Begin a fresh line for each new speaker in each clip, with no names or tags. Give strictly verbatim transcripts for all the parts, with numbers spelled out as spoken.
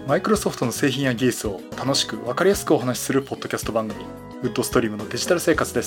マイクロソフトの製品や技術を楽しく分かりやすくお話しするポッドキャスト番組、ウッドストリームのデジタル生活です。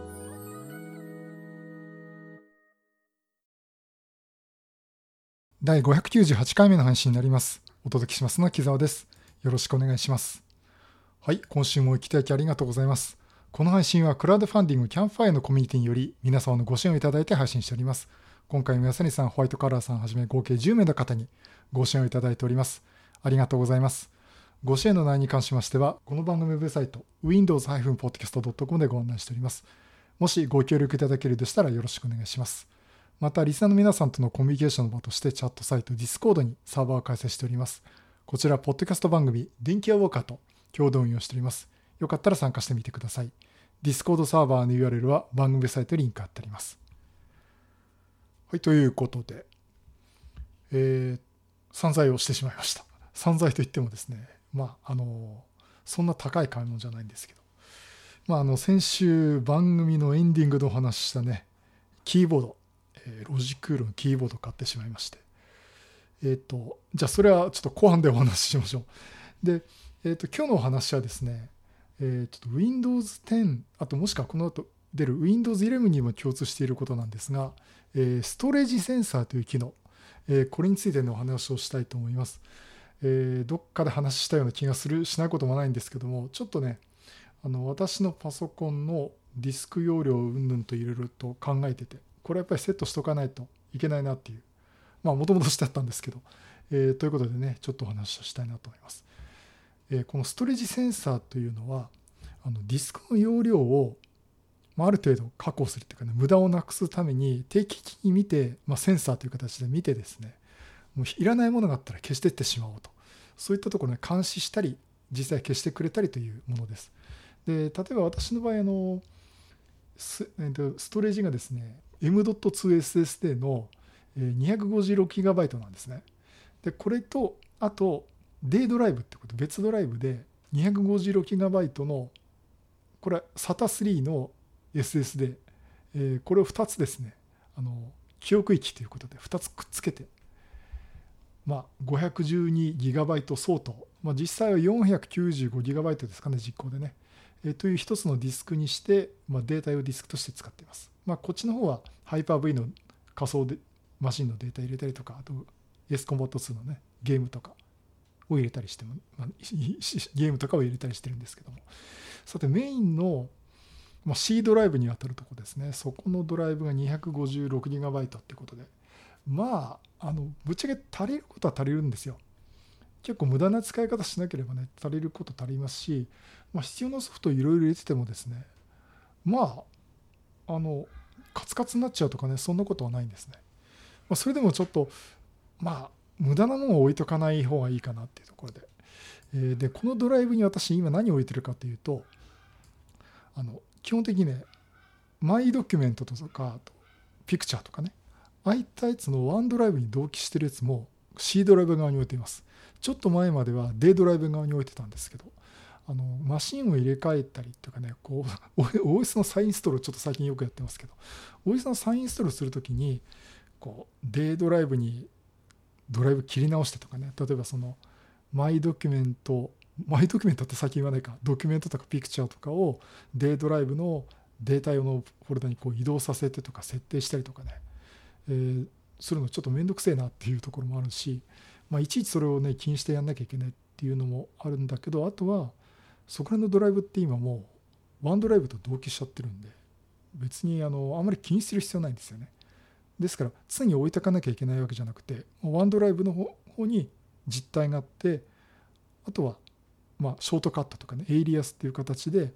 だいごひゃくきゅうじゅうはちかいめの配信になります。お届けしますのは木澤です。よろしくお願いします。はい、今週もお聞きいただきありがとうございます。この配信はクラウドファンディングキャンプファイアのコミュニティにより皆様のご支援をいただいて配信しております。今回も安谷さん、ホワイトカラーさんはじめ合計じゅうめいの方にご支援をいただいております。ありがとうございます。ご支援の内容に関しましては、この番組ウェブサイト ウィンドウズ ポッドキャスト ドットコム でご案内しております。もしご協力いただけるでしたらよろしくお願いします。また、リスナーの皆さんとのコミュニケーションの場としてチャットサイト Discord にサーバーを開設しております。こちら、ポッドキャスト番組電気屋ウォーカーと共同運用しております。よかったら参加してみてください。Discord サーバーの ユーアールエル は番組サイトにリンク貼ってあります。はい、ということで、えー、散財をしてしまいました。散財といってもですね、まあ、あの、そんな高い買い物じゃないんですけど、まあ、あの、先週番組のエンディングでお話ししたね、キーボード、えー、ロジクールのキーボードを買ってしまいまして、えっ、ー、と、じゃあそれはちょっと後半でお話ししましょう。で、えっ、ー、と、今日のお話はですね、えー、ちょっと ウィンドウズテン、あともしくはこの後出る ウィンドウズイレブン にも共通していることなんですが、えー、ストレージセンサーという機能、えー、これについてのお話をしたいと思います。えー、どっかで話したような気がするしないこともないんですけども、ちょっとね、あの私のパソコンのディスク容量云々といろいろと考えてて、これやっぱりセットしとかないといけないなっていう、まあもともとしてあったんですけど、えー、ということでね、ちょっとお話をしたいなと思います。えー、このストレージセンサーというのは、あのディスクの容量をある程度確保するというかね、無駄をなくすために定期的に見て、まあ、センサーという形で見てですね、もういらないものがあったら消していってしまおうと、そういったところに監視したり、実際消してくれたりというものです。で、例えば私の場合、あのス, ストレージがですね、エムドットツーエスエスディー の にひゃくごじゅうろくギガバイト なんですね。で、これと、あと、デイドライブってこと、別ドライブで にひゃくごじゅうろくギガバイト の、これは サタスリー の エスエスディー、えー、これをふたつですね、あの記憶域ということでふたつくっつけて、まあ、ごひゃくじゅうにギガバイト 相当、まあ、実際は よんひゃくきゅうじゅうごギガバイト ですかね、実行でね、えー、という一つのディスクにして、まあ、データ用ディスクとして使っています。まあ、こっちの方は ハイパーブイ の仮想でマシンのデータ入れたりとか、あと エス コンバットツーのね、ゲームとかを入れたりしても、まあ、ゲームとかを入れたりしてるんですけども、さてメインの、まあ、C ドライブにあたるところですね、そこのドライブが にひゃくごじゅうろくギガバイト っていうことで、まあ、あのぶっちゃけ足りることは足りるんですよ。結構無駄な使い方しなければね、足りること足りますし、まあ、必要なソフトをいろいろ入れててもですね、まあ、あのカツカツになっちゃうとかね、そんなことはないんですね。まあ、それでもちょっと、まあ、無駄なものを置いとかない方がいいかなっていうところで、えー、でこのドライブに私今何を置いてるかというと、あの基本的にね、マイドキュメントとかピクチャーとかね、ああいったやつのワンドライブに同期してるやつも C ドライブ側に置いています。ちょっと前までは D ドライブ側に置いてたんですけど、あのマシンを入れ替えたりとかね、こう オーエス の再インストールをちょっと最近よくやってますけど、 オーエス の再インストールするときにこう D ドライブにドライブ切り直してとかね、例えばそのマイドキュメントマイドキュメントって先言わないか、ドキュメントとかピクチャーとかを D ドライブのデータ用のフォルダにこう移動させてとか設定したりとかね、えー、するのちょっとめんどくせえなっていうところもあるし、まあ、いちいちそれをね気にしてやんなきゃいけないっていうのもあるんだけど、あとはそこらのドライブって今もうワンドライブと同期しちゃってるんで、別にあのあんまり気にする必要ないんですよね。ですから常に置いてかなきゃいけないわけじゃなくて、ワンドライブの方に実体があって、あとはまあショートカットとかね、エイリアスっていう形で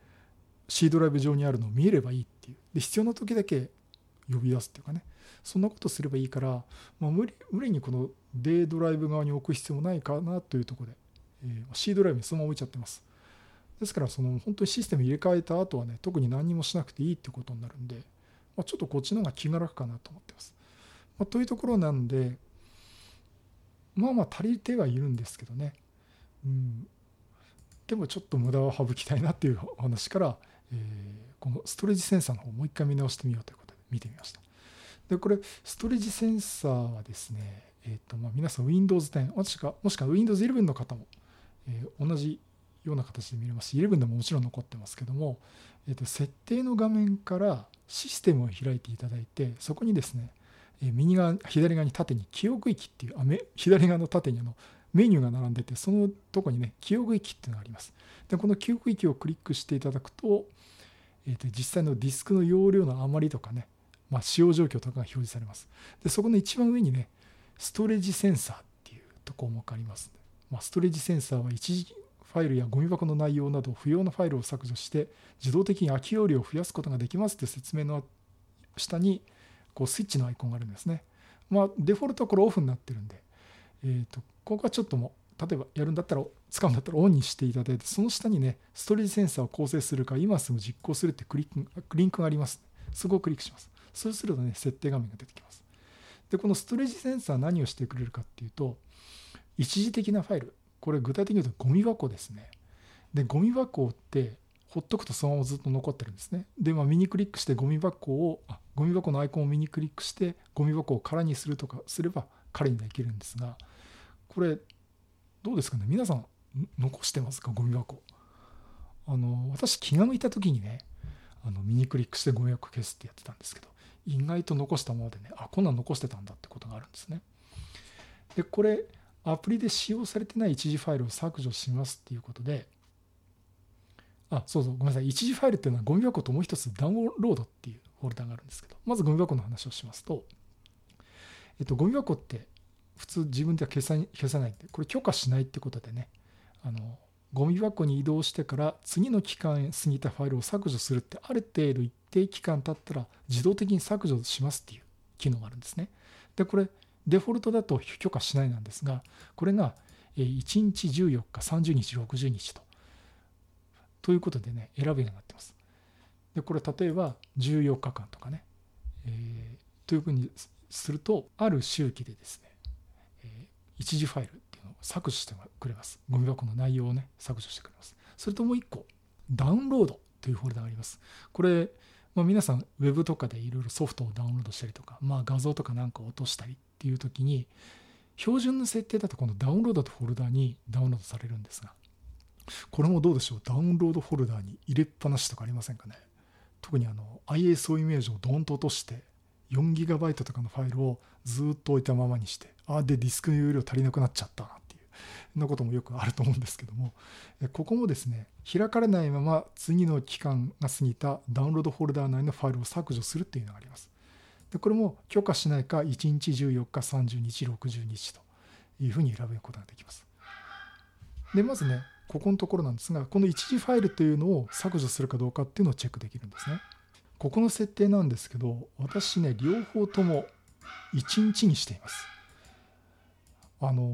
C ドライブ上にあるのを見えればいいっていう、で必要な時だけ呼び出すっていうかね、そんなことすればいいから、まあ、無理、無理にこの D ドライブ側に置く必要もないかなというところで、えー、C ドライブにそのまま置いちゃってます。ですからその本当にシステム入れ替えた後はね、特に何もしなくていいってことになるんで、まあ、ちょっとこっちの方が気が楽かなと思ってます。まあ、というところなんで、まあまあ足りてはいるんですけどね、うん、でもちょっと無駄を省きたいなっていうお話から、えー、このストレージセンサーの方をもう一回見直してみようということで見てみました。でこれストレージセンサーはですね、えーとまあ、皆さん ウィンドウズテン、私かもしくは ウィンドウズイレブン の方もえー、同じような形で見れますし、じゅういちでももちろん残ってますけども、えー、と設定の画面からシステムを開いていただいて、そこにですね、えー、右側左側に縦に記憶域っていうあめ左側の縦にあのメニューが並んでて、そのとこにね記憶域っていうのがあります。でこの記憶域をクリックしていただくと、えー、と実際のディスクの容量の余りとかね、まあ、使用状況とかが表示されます。でそこの一番上にねストレージセンサーっていうところもあります。まあ、ストレージセンサーは一時ファイルやゴミ箱の内容など不要なファイルを削除して自動的に空き容量を増やすことができますという説明の下にこうスイッチのアイコンがあるんですね。まあ、デフォルトはこれオフになってるんで、えー、とここはちょっともう例えばやるんだったら使うんだったらオンにしていただいて、その下にねストレージセンサーを構成するか今すぐ実行するってクリックリンクがあります。そこをクリックします。そうするとね設定画面が出てきます。でこのストレージセンサーは何をしてくれるかっていうと、一時的なファイル、これ具体的に言うとゴミ箱ですね。でゴミ箱ってほっとくとそのままずっと残ってるんですね。で、まあ、右クリックしてゴミ箱をあゴミ箱のアイコンを右クリックしてゴミ箱を空にするとかすれば空にできるんですが、これどうですかね、皆さん残してますか？ゴミ箱。あの私気が向いた時にねあの右クリックしてゴミ箱消すってやってたんですけど、意外と残したままでね、あこんなん残してたんだってことがあるんですね。でこれアプリで使用されてない一時ファイルを削除しますっていうことで、あそうそうごめんなさい、一時ファイルっていうのはゴミ箱ともう一つダウンロードっていうフォルダがあるんですけど、まずゴミ箱の話をしますと、えっと、ゴミ箱って普通自分では消さ消さないんで、これ許可しないってことでね、あのゴミ箱に移動してから次の期間過ぎたファイルを削除するって、ある程度一定期間経ったら自動的に削除しますっていう機能があるんですね。でこれデフォルトだと許可しないなんですが、これがいちにちじゅうよっかさんじゅうにちろくじゅうにちとということでね選べるようになってます。でこれ例えばじゅうよっかかんとかね、えー、というふうにするとある周期でですね、えー、一時ファイルっていうのを削除してくれます。ゴミ箱の内容をね削除してくれます。それともう一個ダウンロードというフォルダがあります。これ、まあ、皆さんウェブとかでいろいろソフトをダウンロードしたりとか、まあ、画像とかなんかを落としたりっていう時に標準の設定だとこのダウンロードとフォルダにダウンロードされるんですが、これもどうでしょう、ダウンロードフォルダに入れっぱなしとかありませんかね。特にあの アイエスオー イメージをドーンと落として よんギガバイト とかのファイルをずっと置いたままにして、あでディスクの容量足りなくなっちゃったなっていうなこともよくあると思うんですけども、ここもですね開かれないまま次の期間が過ぎたダウンロードフォルダ内のファイルを削除するっていうのがあります。でこれも許可しないかいちにちじゅうよっかさんじゅうにちろくじゅうにちというふうに選ぶことができます。でまずねここのところなんですが、この一時ファイルというのを削除するかどうかっていうのをチェックできるんですね。ここの設定なんですけど、私ね両方ともいちにちにしています。あの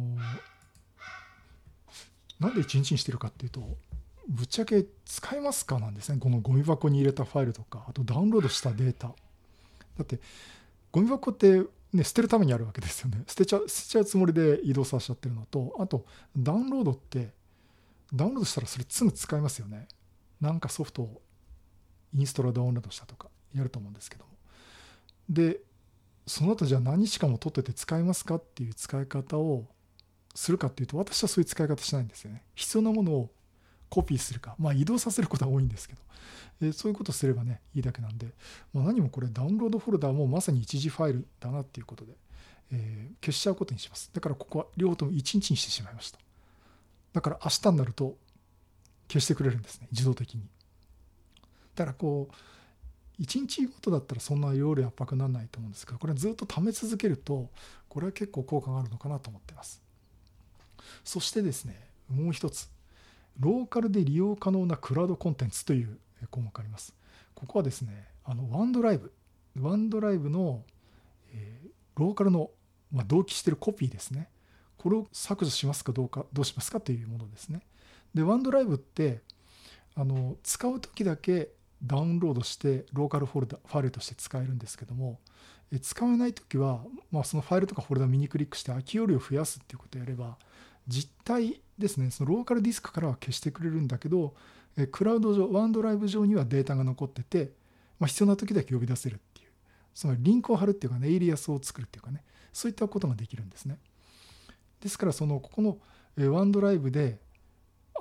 なんでいちにちにしてるかっていうと、ぶっちゃけ使えますかなんですね。このゴミ箱に入れたファイルとか、あとダウンロードしたデータだってゴミ箱ってね捨てるためにあるわけですよね。捨てちゃう捨てちゃうつもりで移動させちゃってるのと、あとダウンロードってダウンロードしたらそれすぐ使いますよね。なんかソフトをインストーラーダウンロードしたとかやると思うんですけども、でその後じゃあ何日間も取ってて使えますかっていう使い方をするかっていうと、私はそういう使い方しないんですよね。必要なものをコピーするか、まあ移動させることは多いんですけど、えー、そういうことすればねいいだけなんで、まあ、何もこれダウンロードフォルダもまさに一時ファイルだなっていうことで、えー、消しちゃうことにします。だからここは両方ともいちにちにしてしまいました。だから明日になると消してくれるんですね、自動的に。だからこういちにちごとだったらそんな容量圧迫にならないと思うんですけど、これずっと貯め続けるとこれは結構効果があるのかなと思っています。そしてですね、もう一つローカルで利用可能なクラウドコンテンツという項目があります。ここはですね、あのワンドライブワンドライブの、えー、ローカルの、まあ、同期しているコピーですね、これを削除しますかどうか、どうしますかというものですね。で、ワンドライブってあの使うときだけダウンロードしてローカルフォルダファイルとして使えるんですけども、え使わないときは、まあ、そのファイルとかフォルダを右クリックして空き容量を増やすっていうことをやれば、実体ですね、そのローカルディスクからは消してくれるんだけど、えクラウド上、ワンドライブ上にはデータが残ってて、まあ、必要なときだけ呼び出せるっていう、つまりリンクを貼るっていうかね、エイリアスを作るっていうかね、そういったことができるんですね。ですからそのここのワンドライブで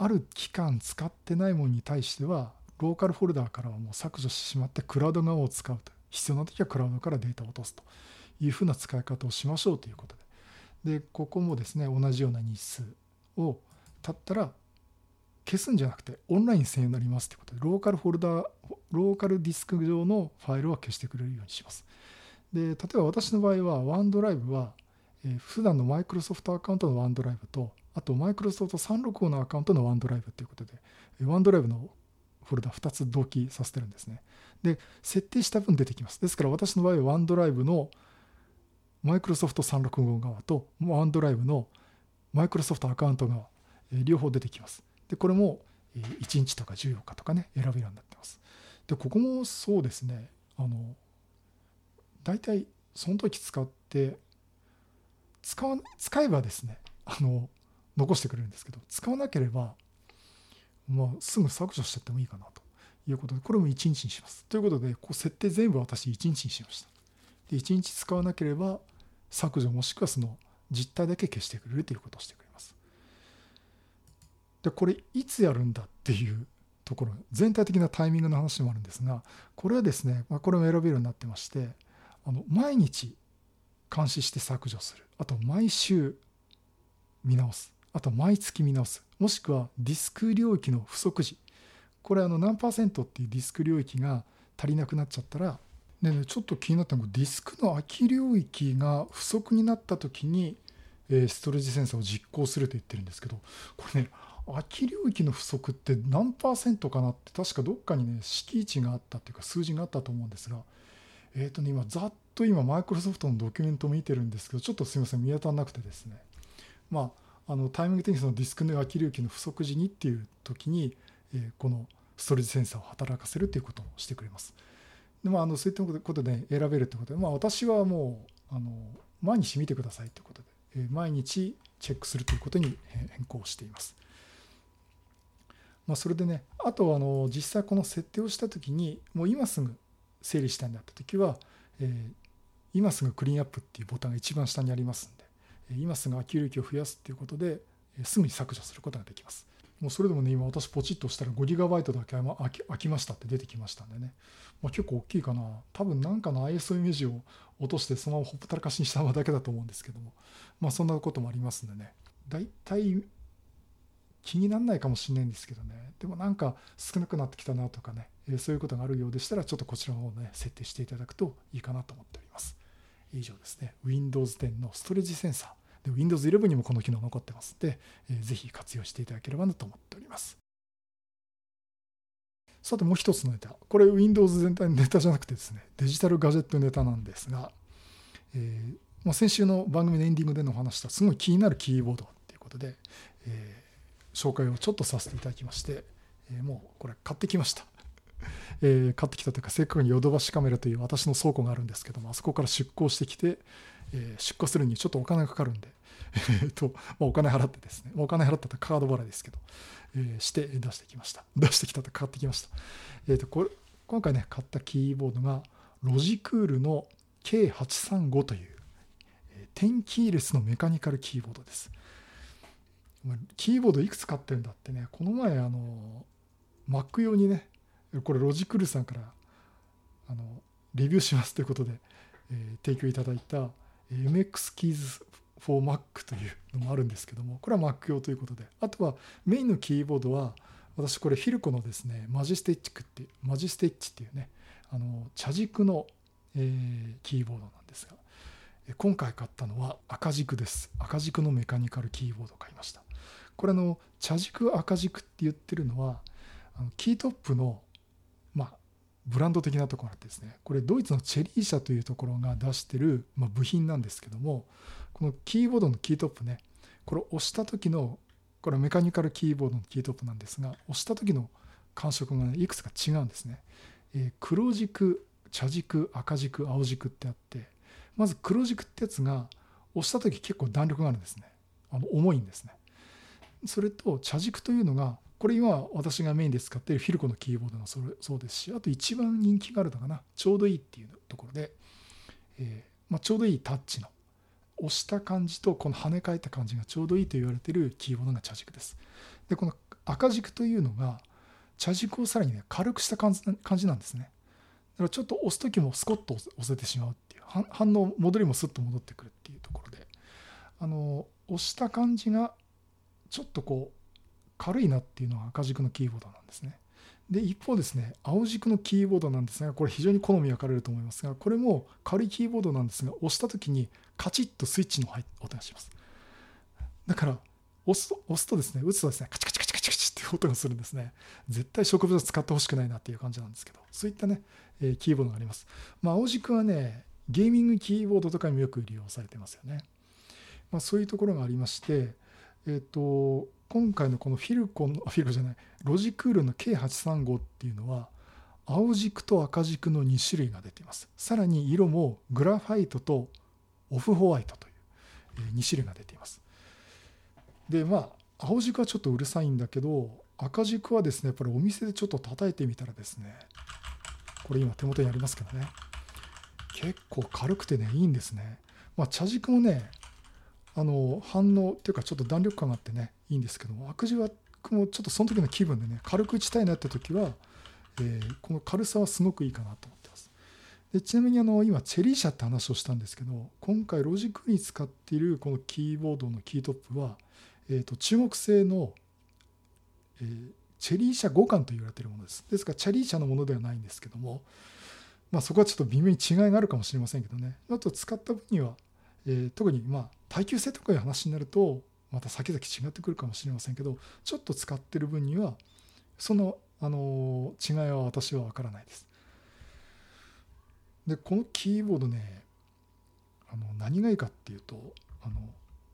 ある期間使ってないものに対してはローカルフォルダーからはもう削除してしまってクラウド側を使うと、必要な時はクラウドからデータを落とすというふうな使い方をしましょうということで、でここもですね同じような日数を経ったら消すんじゃなくてオンライン専用になりますということで、ローカルフォルダーローカルディスク上のファイルは消してくれるようにします。で例えば私の場合はワンドライブは、えー、普段のマイクロソフトアカウントのワンドライブと、あとマイクロソフトさんろくごのアカウントのワンドライブということで、ワンドライブのフォルダふたつ同期させてるんですね。で設定した分出てきます。ですから私の場合はワンドライブのマイクロソフトさんろくご側とワンドライブのマイクロソフトアカウント側、えー、両方出てきます。でこれもいちにちとかじゅうよっかとかね選べるようになってます。でここもそうですね、あのだいたいその時使って使わ使えばですねあの残してくれるんですけど、使わなければ、まあ、すぐ削除しちゃってもいいかなということで、これもいちにちにします。ということでこう設定全部私いちにちにしました。でいちにち使わなければ削除もしくはその実態だけ消してくれるということをしてくれます。でこれいつやるんだっていうところ、全体的なタイミングの話もあるんですが、これはですね、まあ、これも選べるようになってまして、あの毎日監視して削除する、あと毎週見直す、あと毎月見直す、もしくはディスク領域の不足時、これあの何パーセントっていうディスク領域が足りなくなっちゃったら、でね、ちょっと気になったのがディスクの空き領域が不足になった時にストレージセンサーを実行すると言ってるんですけど、これね空き領域の不足って何パーセントかなって確かどっかにね式値があったっていうか数字があったと思うんですが、えっとね今ざっと今マイクロソフトのドキュメントを見てるんですけど、ちょっとすみません見当たらなくてですね、まああのタイミング的にそのディスクの空き領域の不足時にっていう時に、えー、このストレージセンサーを働かせるということをしてくれます。でまあ、あのそういったことで選べるということで、まあ、私はもうあの毎日見てくださいということで、えー、毎日チェックするということに変更しています。まあ、それでね、あとあの実際この設定をしたときに、もう今すぐ整理したいんだったときは、えー、今すぐクリーンアップっていうボタンが一番下にありますんで、今すぐ空き領域を増やすっていうことで、すぐに削除することができます。もうそれでもね、今私ポチッとしたら ごギガバイト だけ空き、空きましたって出てきましたんでね、まあ、結構大きいかな。多分なんかの アイエスオー イメージを落としてそのままほったらかしにしただけだと思うんですけども、まあそんなこともありますんでね、だいたい気にならないかもしれないんですけどね、でもなんか少なくなってきたなとかね、えー、そういうことがあるようでしたらちょっとこちらの方ね設定していただくといいかなと思っております。以上ですね、 ウィンドウズテン のストレージセンサーで ウィンドウズイレブン にもこの機能残ってますので、えー、ぜひ活用していただければなと思っております。さてもう一つのネタ、これ Windows 全体のネタじゃなくてですね、デジタルガジェットネタなんですが、えーまあ、先週の番組のエンディングでのお話したすごい気になるキーボードということで、えー紹介をちょっとさせていただきまして、えー、もうこれ買ってきました、えー、買ってきたというか、せっかくにヨドバシカメラという私の倉庫があるんですけども、あそこから出庫してきて、えー、出荷するにちょっとお金がかかるんで、えーとまあ、お金払ってですね、まあ、お金払ったらカード払いですけど、えー、して出してきました出してきたと買ってきました。えーとこれ今回ね買ったキーボードがロジクールの ケーはちさんご という、えー、テンキーレスのメカニカルキーボードです。キーボードいくつ買ってるんだってね、この前あの Mac 用にね、これロジクールさんからあのレビューしますということで、えー、提供いただいた エムエックス Keys for Mac というのもあるんですけども、これは Mac 用ということで、あとはメインのキーボードは私これフィルコのですねマジステッチっていうマジステッチっていうね、あの茶軸の、えー、キーボードなんですが、今回買ったのは赤軸です。赤軸のメカニカルキーボードを買いました。これの茶軸赤軸って言ってるのはあのキートップの、まあ、ブランド的なところがあってですね、これドイツのチェリー社というところが出してる、まあ、部品なんですけども、このキーボードのキートップね、これを押した時の、これはメカニカルキーボードのキートップなんですが、押した時の感触が、ね、いくつか違うんですね。えー、黒軸、茶軸、赤軸、青軸ってあって、まず黒軸ってやつが押した時結構弾力があるんですね。あの重いんですね。それと茶軸というのが、これ今私がメインで使っているフィルコのキーボードもそうですし、あと一番人気があるのかな、ちょうどいいっていうところで、えーまあ、ちょうどいいタッチの押した感じとこの跳ね返った感じがちょうどいいと言われているキーボードが茶軸です。でこの赤軸というのが茶軸をさらにね軽くした感じ感じなんですね。だからちょっと押す時もスコッと押せてしまうっていう反応戻りもスッと戻ってくるっていうところで、あの押した感じがちょっとこう軽いなっていうのが赤軸のキーボードなんですね。で一方ですね、青軸のキーボードなんですが、これ非常に好み分かれると思いますが、これも軽いキーボードなんですが、押した時にカチッとスイッチの音がします。だから押すと押すとですね、打つとですね、カチカチカチカチカチっていう音がするんですね。絶対植物を使ってほしくないなっていう感じなんですけど、そういったね、えー、キーボードがあります。まあ、青軸はね、ゲーミングキーボードとかにもよく利用されてますよね。まあ、そういうところがありまして、えっと、今回のこのフィルコンの、フィルコンじゃない、ロジクールの ケーはちさんご っていうのは、青軸と赤軸のに種類が出ています。さらに色もグラファイトとオフホワイトというに種類が出ています。で、まあ、青軸はちょっとうるさいんだけど、赤軸はですね、やっぱりお店でちょっと叩いてみたらですね、これ今手元にありますけどね、結構軽くてね、いいんですね。まあ、茶軸もね、あの反応っていうかちょっと弾力感があってねいいんですけども、赤軸もちょっとその時の気分でね軽く打ちたいなって時は、えー、この軽さはすごくいいかなと思ってます。でちなみにあの今チェリー社って話をしたんですけど、今回ロジクに使っているこのキーボードのキートップは、えー、と中国製の、えー、チェリー社ごかんと言われているものです。ですからチェリー社のものではないんですけども、まあ、そこはちょっと微妙に違いがあるかもしれませんけどね、あと使った分には、えー、特にまあ耐久性とかいう話になるとまた先々違ってくるかもしれませんけど、ちょっと使ってる分にはその、あの違いは私は分からないです。でこのキーボードね、あの何がいいかっていうと、あの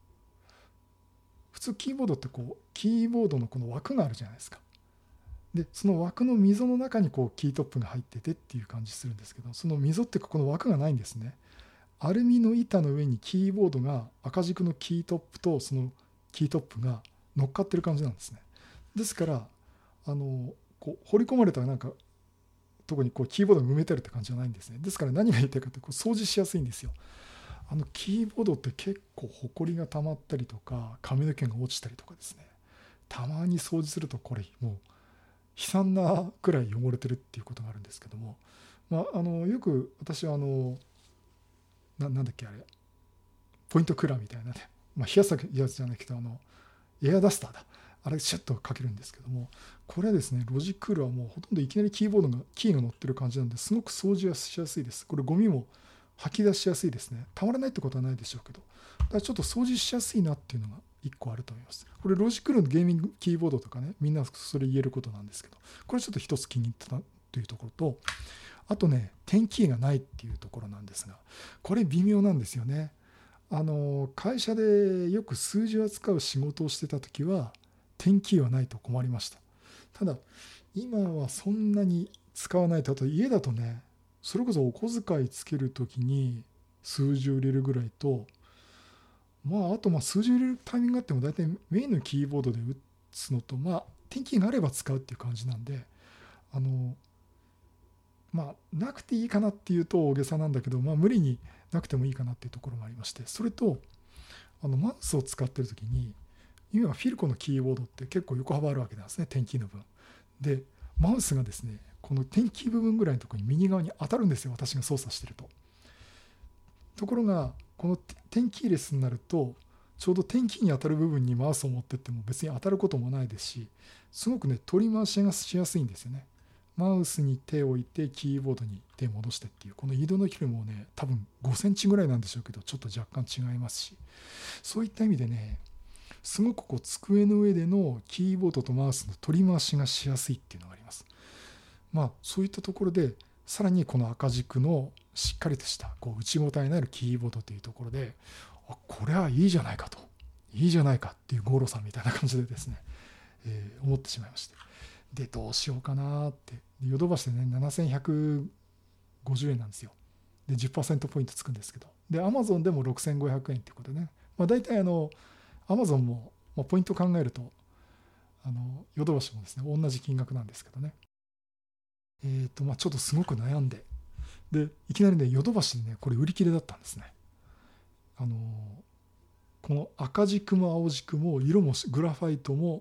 普通キーボードってこうキーボードのこの枠があるじゃないですか。でその枠の溝の中にこうキートップが入っててっていう感じするんですけど、その溝ってこの枠がないんですね。アルミの板の上にキーボードが赤軸のキートップとそのキートップが乗っかってる感じなんですね。ですからあのこう彫り込まれたなんか特にこうキーボードが埋めてあるって感じじゃないんですね。ですから何が言いたいかというと、掃除しやすいんですよ。あのキーボードって結構ホコリが溜まったりとか髪の毛が落ちたりとかですね、たまに掃除するとこれもう悲惨なくらい汚れてるっていうことがあるんですけども、まあ、あのよく私はあのな, なんだっけあれポイントクーラーみたいなね、まあ、冷やすやつじゃなくてあのエアダスターだ、あれシャッとかけるんですけども、これはですねロジクールはもうほとんどいきなりキーボードがキーが乗ってる感じなんですごく掃除はしやすいです。これゴミも吐き出しやすいですね。たまらないってことはないでしょうけど、だからちょっと掃除しやすいなっていうのがいっこあると思います。これロジクールのゲーミングキーボードとかね、みんなそれ言えることなんですけど、これちょっと一つ気に入ったというところと、あとね点キーがないっていうところなんですが、これ微妙なんですよね。あの会社でよく数字を扱う仕事をしてた時は点キーはないと困りました。ただ今はそんなに使わないと、あと家だとね、それこそお小遣いつける時に数字を入れるぐらいと、まああとまあ数字を入れるタイミングがあっても大体メインのキーボードで打つのと、まあ点キーがあれば使うっていう感じなんで、あのまあなくていいかなっていうと大げさなんだけど、まあ無理になくてもいいかなっていうところがありまして、それとあのマウスを使ってる時に、今フィルコのキーボードって結構横幅あるわけなんですね、点キーの分で。マウスがですねこの点キー部分ぐらいのところに右側に当たるんですよ、私が操作してると。ところがこの点キーレスになると、ちょうど点キーに当たる部分にマウスを持ってっても別に当たることもないですし、すごくね取り回しがしやすいんですよね。マウスに手を置いてキーボードに手を戻してっていう、この移動の距離もね多分ごセンチぐらいなんでしょうけど、ちょっと若干違いますし、そういった意味でねすごくこう机の上でのキーボードとマウスの取り回しがしやすいっていうのがあります。まあそういったところで、さらにこの赤軸のしっかりとしたこう内ごたえのあるキーボードというところで、あこれはいいじゃないかと、いいじゃないかっていうゴーロさんみたいな感じでですね、えー、思ってしまいまして、でどうしようかなって、ヨドバシでねななせんひゃくごじゅうえんなんですよ。で じゅっパーセント ポイントつくんですけど、で Amazon でもろくせんごひゃくえんっていうことでね、まあ、大体あの Amazon も、まあ、ポイント考えるとあのヨドバシもですね同じ金額なんですけどね、えーとまあ、ちょっとすごく悩んで、でいきなりねヨドバシでねこれ売り切れだったんですね。あのこの赤軸も青軸も色もグラファイトも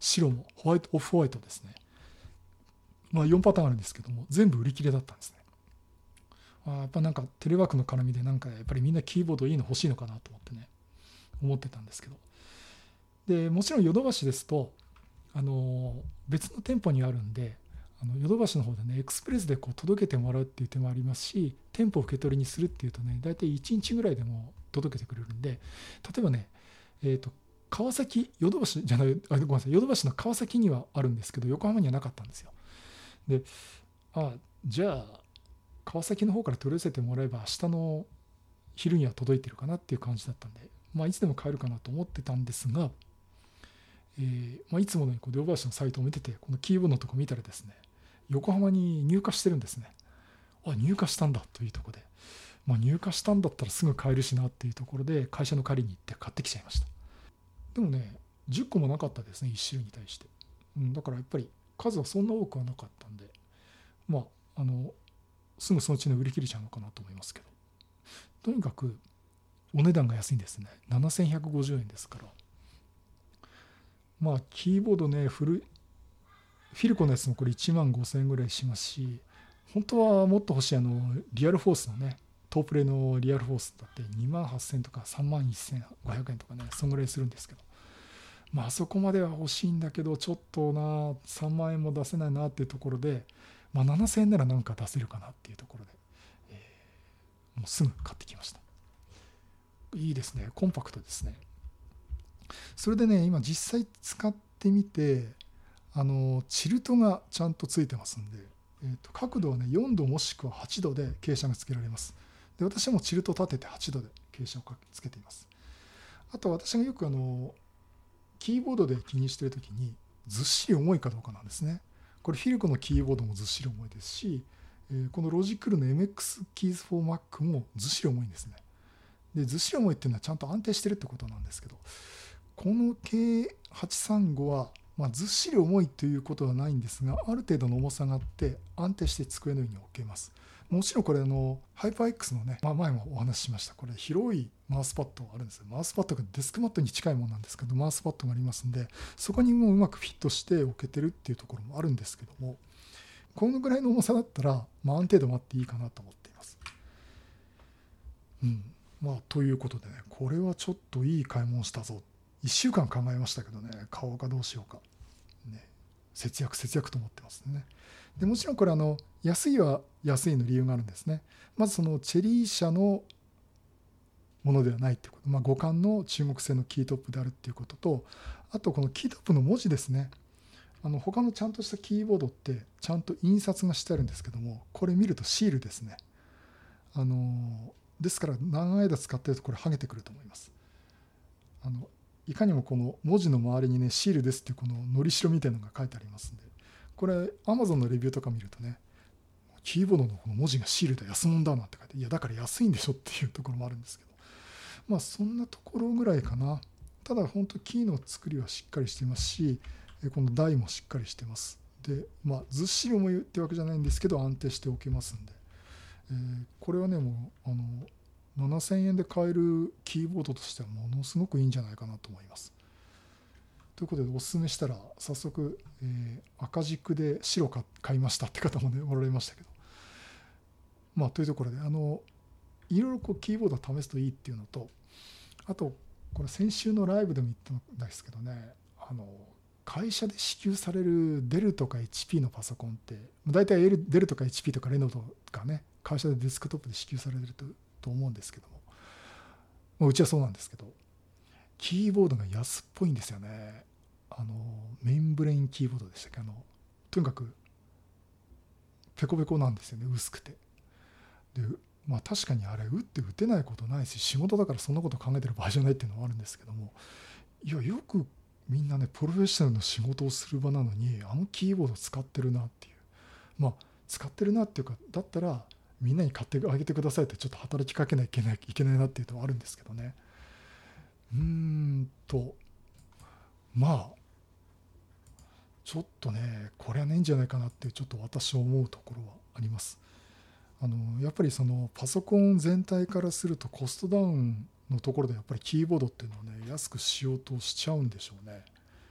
白もホワイト、オフホワイトですね。まあよんパターンあるんですけども、全部売り切れだったんですね。あやっぱなんかテレワークの絡みでなんかやっぱりみんなキーボードいいの欲しいのかなと思ってね、思ってたんですけど。で、もちろんヨドバシですと、あの別の店舗にあるんで、あのヨドバシの方でね、エクスプレスでこう届けてもらうっていう手もありますし、店舗受け取りにするっていうとね、大体いちにちぐらいでも届けてくれるんで、例えばね、えっと、川崎、ヨドバシじゃない、あ、ごめんなさい、ヨドバシの川崎にはあるんですけど、横浜にはなかったんですよ。で、あ、じゃあ、川崎の方から取り寄せてもらえば、明日の昼には届いてるかなっていう感じだったんで、まあ、いつでも買えるかなと思ってたんですが、えーまあ、いつものようにこうヨドバシのサイトを見てて、このキーボードのとこ見たらですね、横浜に入荷してるんですね。あ、入荷したんだというところで、まあ、入荷したんだったらすぐ買えるしなっていうところで、会社の借りに行って買ってきちゃいました。でもね、じゅっこもなかったですね、いち種類に対して。うん、だからやっぱり数はそんな多くはなかったんで、まあ、あの、すぐそのうちに売り切れちゃうのかなと思いますけど。とにかく、お値段が安いんですね。ななせんひゃくごじゅうえんですから。まあ、キーボードね、古い、フィルコのやつもこれいちまんごせんえんぐらいしますし、本当はもっと欲しいあの、リアルフォースのね、トープレイのリアルフォースだってにまんはっせんえんとかさんまんせんごひゃくえんとかね、そんぐらいするんですけど。まあ、あそこまでは欲しいんだけど、ちょっとな、さんまんえんも出せないなっていうところで、まあ、ななせんえんならなんか出せるかなっていうところで、えーもうすぐ買ってきました。いいですね。コンパクトですね。それでね、今実際使ってみて、あの、チルトがちゃんとついてますんで、えーと、角度はね、よんどもしくははちどで傾斜がつけられます。で、私はもうチルト立ててはちどで傾斜をつけています。あと私がよくあの、キーボードで気にしているときに、ずっしり重いかどうかなんですね。これフィルコのキーボードもずっしり重いですし、このロジクールの エムエックス Keys for Mac もずっしり重いんですね。で、ずっしり重いっていうのはちゃんと安定してるってことなんですけど、この ケーはちさんご は、まあ、ずっしり重いということはないんですが、ある程度の重さがあって安定して机の上に置けます。もちろんこれあのハイパー X のね、まあ、前もお話ししました、これ広いマウスパッドがあるんですよ。マウスパッドがデスクマットに近いものなんですけど、マウスパッドがありますんで、そこにもうまくフィットして置けてるっていうところもあるんですけども、このぐらいの重さだったら、まあ、安定度もあっていいかなと思っています。うん。まあ、ということでね、これはちょっといい買い物したぞ。いっしゅうかん考えましたけどね、買おうかどうしようか。ね、節約節約と思ってますね。でもちろんこれあの安いは安いの理由があるんですね。まずそのチェリー社のものではないってこと、まあ、互換の中国製のキートップであるっていうことと、あとこのキートップの文字ですね。あの他のちゃんとしたキーボードってちゃんと印刷がしてあるんですけども、これ見るとシールですね。あのですから長い間使ってるとこれ剥げてくると思います。あのいかにもこの文字の周りにね、シールですっていうこののりしろみたいなのが書いてありますんで、これ Amazon のレビューとか見るとね、キーボードのこの文字がシールで安物だなんて書いて、いやだから安いんでしょっていうところもあるんですけど、まあそんなところぐらいかな。ただ本当キーの作りはしっかりしてますし、この台もしっかりしてます。で、まあずっしり重いってわけじゃないんですけど、安定しておけますんで、えー、これはね、もうあのななせんえんで買えるキーボードとしてはものすごくいいんじゃないかなと思います。ということでおすすめしたら早速、えー、赤軸で白買いましたって方もねおられましたけど、まあというところであのいろいろこうキーボードを試すといいっていうのと、あとこれ先週のライブでも言ったんですけどね、あの会社で支給されるデルとか エイチピー のパソコンって大体デルとか エイチピー とかレノとかね、会社でデスクトップで支給されるとと思うんですけども、まあ、うちはそうなんですけど、キーボードが安っぽいんですよね。あのメインブレインキーボードでしたっけ、あのとにかくペコペコなんですよね、薄くて。で、まあ確かにあれ打って打てないことないし、仕事だからそんなこと考えてる場合じゃないっていうのはあるんですけども、いやよくみんなねプロフェッショナルの仕事をする場なのにあのキーボード使ってるなっていう、まあ使ってるなっていうか、だったらみんなに買ってあげてくださいってちょっと働きかけないといけない、いけないなっていうのはあるんですけどね。うーんとまあちょっとねこれはないんじゃないかなってちょっと私は思うところはあります。あのやっぱりそのパソコン全体からするとコストダウンのところでやっぱりキーボードっていうのはね安くしようとしちゃうんでしょうね。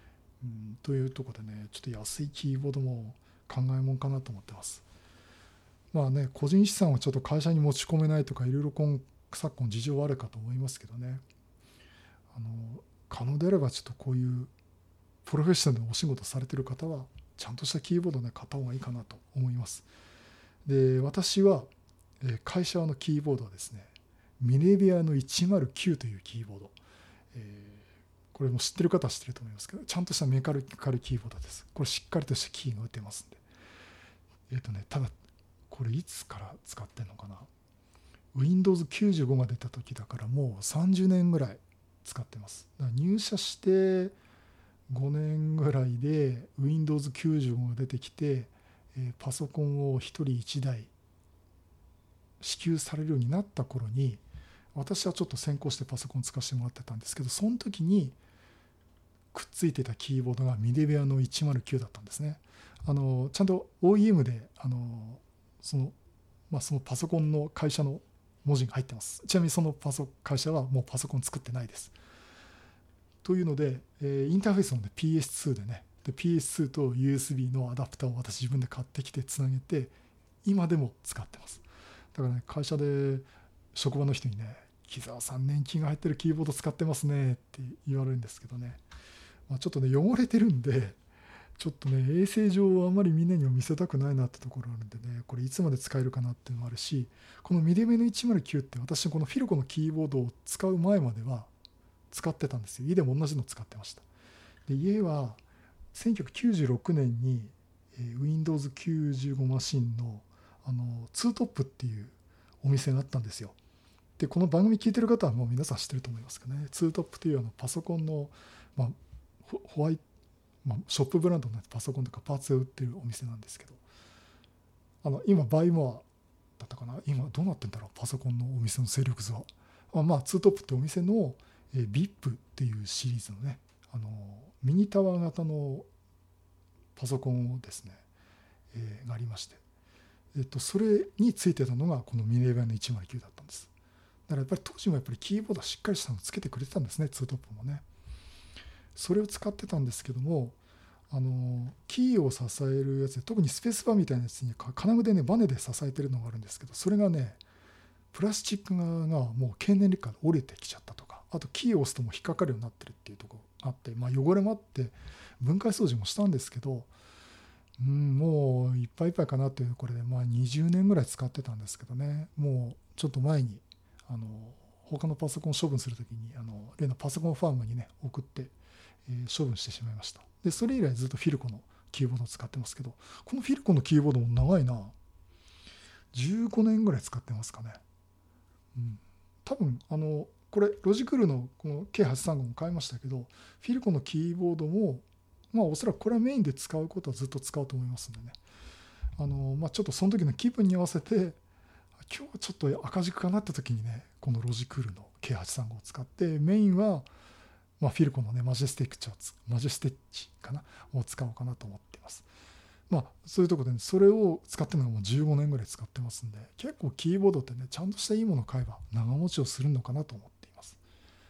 うん、というところでね、ちょっと安いキーボードも考えもんかなと思ってます。まあね、個人資産をちょっと会社に持ち込めないとかいろいろ今昨今事情はあるかと思いますけどね、あの可能であればちょっとこういうプロフェッショナルなお仕事されている方はちゃんとしたキーボードをね買った方がいいかなと思います。で、私は会社のキーボードはですね、ミネビアのいちまるきゅうというキーボード、えーこれも知ってる方は知ってると思いますけど、ちゃんとしたメカニカルキーボードです。これしっかりとしたキーが打てますんで。えっ、ー、とね、ただ、これいつから使ってんのかな。ウィンドウズきゅうじゅうご が出た時だからもうさんじゅうねんぐらい使ってます。だから入社してごねんぐらいで ウィンドウズきゅうじゅうご が出てきて、えー、パソコンをひとりいちだい支給されるようになった頃に、私はちょっと先行してパソコン使わせてもらってたんですけど、その時にくっついてたキーボードがミネビアのいちまるきゅうだったんですね。あのちゃんと オーイーエム であのその、まあ、そのパソコンの会社の文字が入ってます。ちなみにそのパソ会社はもうパソコン作ってないです。というので、えー、インターフェースの ピーエスツー でね、で ピーエスツー と ユーエスビー のアダプターを私自分で買ってきてつなげて今でも使ってます。だからね、会社で職場の人にね、木澤さん年季が入ってるキーボード使ってますねって言われるんですけどね、まあ、ちょっとね汚れてるんで、ちょっとね衛生上あんまりみんなには見せたくないなってところあるんでね、これいつまで使えるかなっていうのもあるし、このミネビアのいちまるきゅうって私このフィルコのキーボードを使う前までは使ってたんですよ。家でも同じの使ってました。で、家はせんきゅうひゃくきゅうじゅうろくねんに ウィンドウズきゅうじゅうご マシンのあのツートップっていうお店があったんですよ。で、この番組聞いてる方はもう皆さん知ってると思いますけどね、ツートップというあのパソコンの、まあ、ホワイト、まあ、ショップブランドのパソコンとかパーツを売ってるお店なんですけど、あの今バイモアだったかな、今どうなってんだろう、パソコンのお店の勢力図は。まあツートップってお店の ブイアイピー っていうシリーズのね、あのミニタワー型のパソコンをですね、えー、がありまして、えっと、それについてたのがこのミネビアのいちまるきゅうだったんです。だからやっぱり当時もやっぱりキーボードはしっかりしたのをつけてくれてたんですね、ツートップもね。それを使ってたんですけども、あのキーを支えるやつで、特にスペースバーみたいなやつに金具でねバネで支えてるのがあるんですけど、それがねプラスチック側がもう経年劣化で折れてきちゃったとか、あとキーを押すとも引っかかるようになってるっていうところがあって、まあ、汚れもあって分解掃除もしたんですけど、うん、もういっぱいいっぱいかなというところで、まあ、にじゅうねんぐらい使ってたんですけどね、もうちょっと前にあの他のパソコンを処分するときにあの例のパソコンファームにね送って、えー、処分してしまいました。でそれ以来ずっとフィルコのキーボードを使ってますけど、このフィルコのキーボードも長いな、じゅうごねんぐらい使ってますかね。うん、多分あのこれロジクールのこの ケーはちさんご も買いましたけど、フィルコのキーボードもまあおそらくこれはメインで使うことはずっと使うと思いますんでね、あの、まあ、ちょっとその時の気分に合わせて今日はちょっと赤軸かなって時にね、このロジクールの ケーはちさんご を使って、メインはまあフィルコのねマジェスティッチマジェステッチかなを使おうかなと思っています。まあそういうところで、ね、それを使ってるのがもうじゅうごねんぐらい使ってますんで、結構キーボードってねちゃんとしたいいものを買えば長持ちをするのかなと思っています。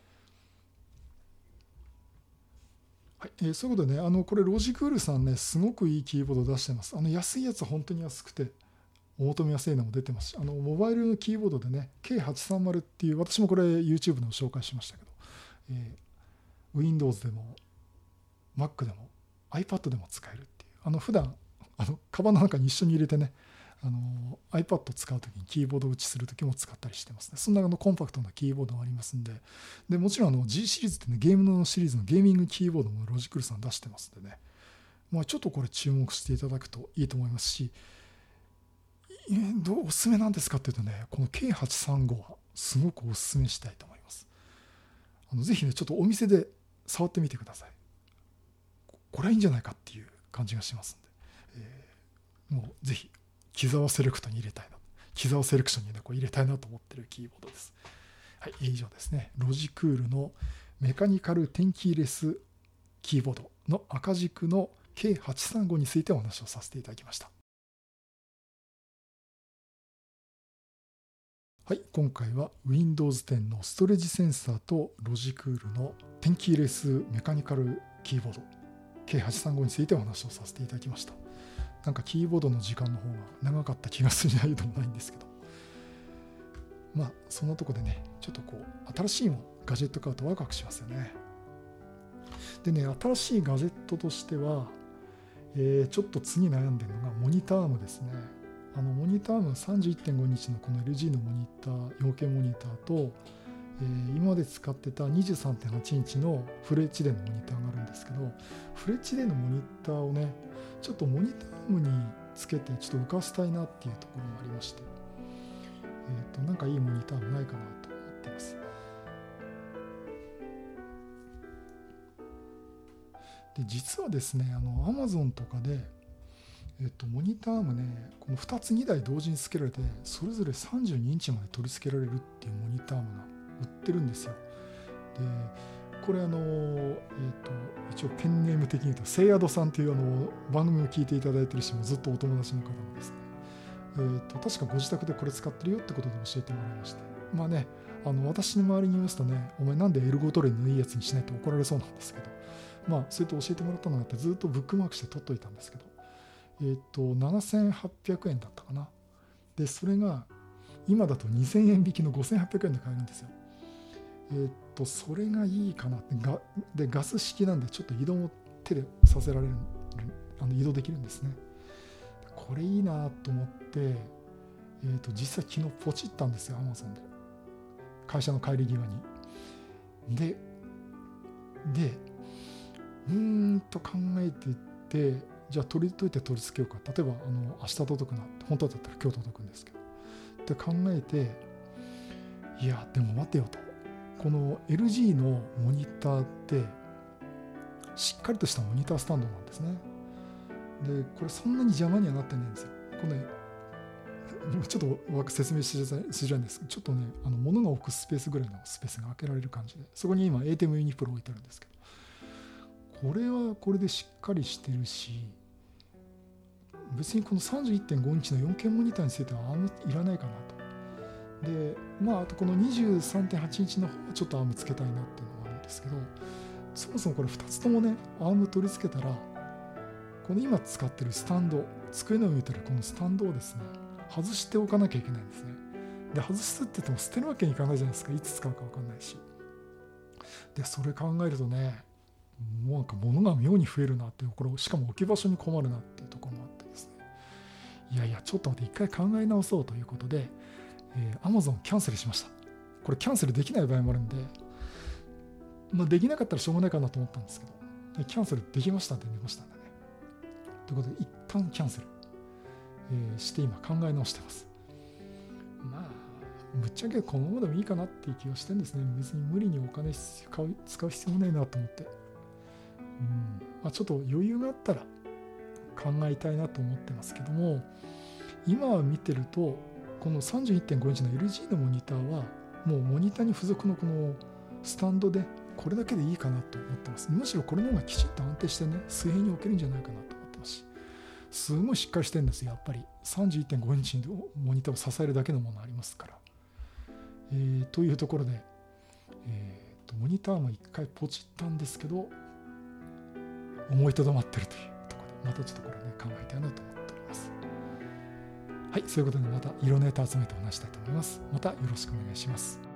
はい、えー、そういうことでね、あのこれロジクールさんねすごくいいキーボード出してます。あの安いやつは本当に安くてお求めやすいのも出てますし、あのモバイルのキーボードでね ケーはちさんまる っていう、私もこれ YouTube でも紹介しましたけど、えー、Windows でも Mac でも iPad でも使えるっていう、あの普段あのカバンの中に一緒に入れてね、あの iPad を使うときにキーボード打ちするときも使ったりしてますね。そんなあのコンパクトなキーボードがありますんで、でもちろんあの G シリーズってね、ゲームのシリーズのゲーミングキーボードもロジクールさん出してますんでね、まあ、ちょっとこれ注目していただくといいと思いますし、どうおすすめなんですかっていうとね、この ケーはちさんご はすごくおすすめしたいと思います。あのぜひねちょっとお店で触ってみてください。これはいいんじゃないかっていう感じがしますんで、えー、もうぜひ木澤セレクトに入れたいな、木澤セレクションに、ね、こう入れたいなと思ってるキーボードです。はい、以上ですね。ロジクールのメカニカルテンキーレスキーボードの赤軸の ケーはちさんご についてお話をさせていただきました。はい、今回は ウィンドウズテン のストレージセンサーとロジクールのテンキーレスメカニカルキーボードケーはちさんご についてお話をさせていただきました。なんかキーボードの時間の方が長かった気がするないでもないんですけど、まあそんなとこでね、ちょっとこう新しいもガジェット買うとワクワクしますよね。でね、新しいガジェットとしては、えー、ちょっと次悩んでるのがモニターアームですね。あのモニターアーム さんじゅういってんご インチのこの エルジー のモニター、よんケー モニターと、えー、今まで使ってた にじゅうさんてんはち インチのフル エイチディー のモニターがあるんですけど、フル エイチディー のモニターをね、ちょっとモニターアームにつけてちょっと浮かせたいなっていうところもありまして、えーと、なんかいいモニターもないかなと思っています。で、実はですね、あの Amazon とかで、えーと、モニターアームね、このふたつにだい同時につけられて、それぞれさんじゅうにインチまで取り付けられるっていうモニターアームが売ってるんですよ。で、これあの、えーと、一応ペンネーム的に言うと、セイアドさんというあの番組を聞いていただいているし、もずっとお友達の方もですね、えーと、確かご自宅でこれ使ってるよってことで教えてもらいまして、まあね、あの私の周りにいますとね、お前なんでエルゴトレンのいいやつにしないと怒られそうなんですけど、まあそうやって教えてもらったのがあって、ずっとブックマークして取っといたんですけど、えーと、ななせんはっぴゃくえんだったかな。で、それが今だとにせんえん引きのごせんはっぴゃくえんで買えるんですよ。えー、っとそれがいいかなってがでガス式なんでちょっと移動も手でさせられるあの移動できるんですね。これいいなと思って、えー、っと実際昨日ポチったんですよ、 Amazon で会社の帰り際に。ででうーんと考えていって、じゃあ取りといて取り付けようか、例えばあの明日届くなって、本当だったら今日届くんですけどって考えて、いやでも待てよと、この エルジー のモニターってしっかりとしたモニタースタンドなんですね。で、これそんなに邪魔にはなってないんですよ。これね、ちょっと説明しづらいんですけど、ちょっとね、あの物が置くスペースぐらいのスペースが開けられる感じで、そこに今 エーティーエム ユニプロ置いてあるんですけど、これはこれでしっかりしてるし、別にこの さんじゅういってんご インチの よんケー モニターについてはあんまいらないかなと。で、まあ、あとこの にじゅうさんてんはち インチの方はちょっとアームつけたいなっていうのがあるんですけど、そもそもこれふたつともね、アーム取り付けたら、この今使ってるスタンド、机の上に置いてるこのスタンドをですね、外しておかなきゃいけないんですね。で、外すって言っても捨てるわけにいかないじゃないですか。いつ使うか分かんないし。で、それ考えるとね、もうなんか物が妙に増えるなっていう、これしかも置き場所に困るなっていうところもあってですね、いやいやちょっと待って、一回考え直そうということで、えー、Amazon キャンセルしました。これキャンセルできない場合もあるんで、まあ、できなかったらしょうがないかなと思ったんですけど、キャンセルできましたって出ましたんでね。ということで一旦キャンセル、えー、して今考え直してます。まあぶっちゃけこのままでもいいかなっていう気がしてるんですね。別に無理にお金使う、使う必要もないなと思って、うん、まあ、ちょっと余裕があったら考えたいなと思ってますけども、今は見てるとこの さんじゅういってんご インチの エルジー のモニターはもうモニターに付属のこのスタンドでこれだけでいいかなと思ってます。むしろこれの方がきちっと安定してね、水平に置けるんじゃないかなと思ってますし、すごいしっかりしてるんですよ。やっぱり さんじゅういってんご インチのモニターを支えるだけのものありますから、えー、というところで、えー、とモニターも一回ポチったんですけど思いとどまってるというところで、またちょっとこれね考えたいなと思っております。はい、そういうことでまた色ネタ集めてお話したいと思います。またよろしくお願いします。